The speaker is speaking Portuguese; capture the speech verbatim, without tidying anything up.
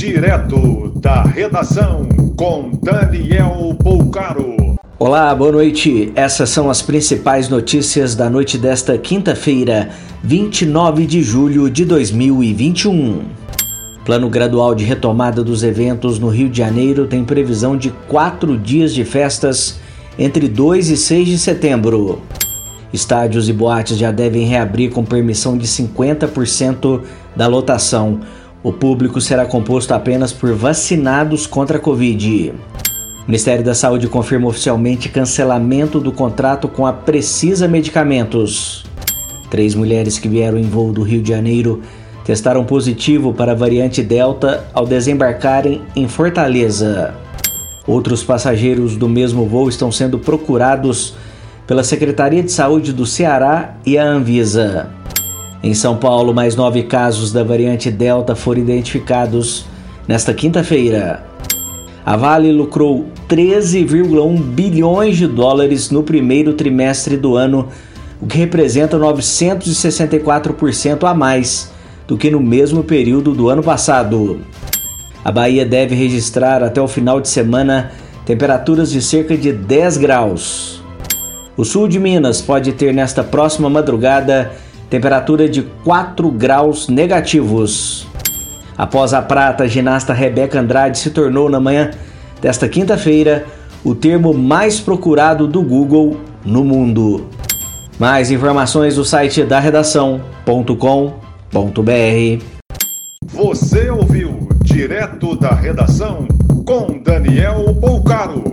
Direto da redação com Daniel Poucaro. Olá, boa noite. Essas são as principais notícias da noite desta quinta-feira, vinte e nove de julho de dois mil e vinte e um. Plano gradual de retomada dos eventos no Rio de Janeiro tem previsão de quatro dias de festas entre dois e seis de setembro. Estádios e boates já devem reabrir com permissão de cinquenta por cento da lotação. O público será composto apenas por vacinados contra a Covid. O Ministério da Saúde confirma oficialmente cancelamento do contrato com a Precisa Medicamentos. Três mulheres que vieram em voo do Rio de Janeiro testaram positivo para a variante Delta ao desembarcarem em Fortaleza. Outros passageiros do mesmo voo estão sendo procurados pela Secretaria de Saúde do Ceará e a Anvisa. Em São Paulo, mais nove casos da variante Delta foram identificados nesta quinta-feira. A Vale lucrou treze vírgula um bilhões de dólares no primeiro trimestre do ano, o que representa novecentos e sessenta e quatro por cento a mais do que no mesmo período do ano passado. A Bahia deve registrar até o final de semana temperaturas de cerca de dez graus. O sul de Minas pode ter nesta próxima madrugada temperatura de quatro graus negativos. Após a prata, a ginasta Rebeca Andrade se tornou na manhã desta quinta-feira o termo mais procurado do Google no mundo. Mais informações do site da redação ponto com ponto br. Você ouviu Direto da Redação com Daniel Poucaro.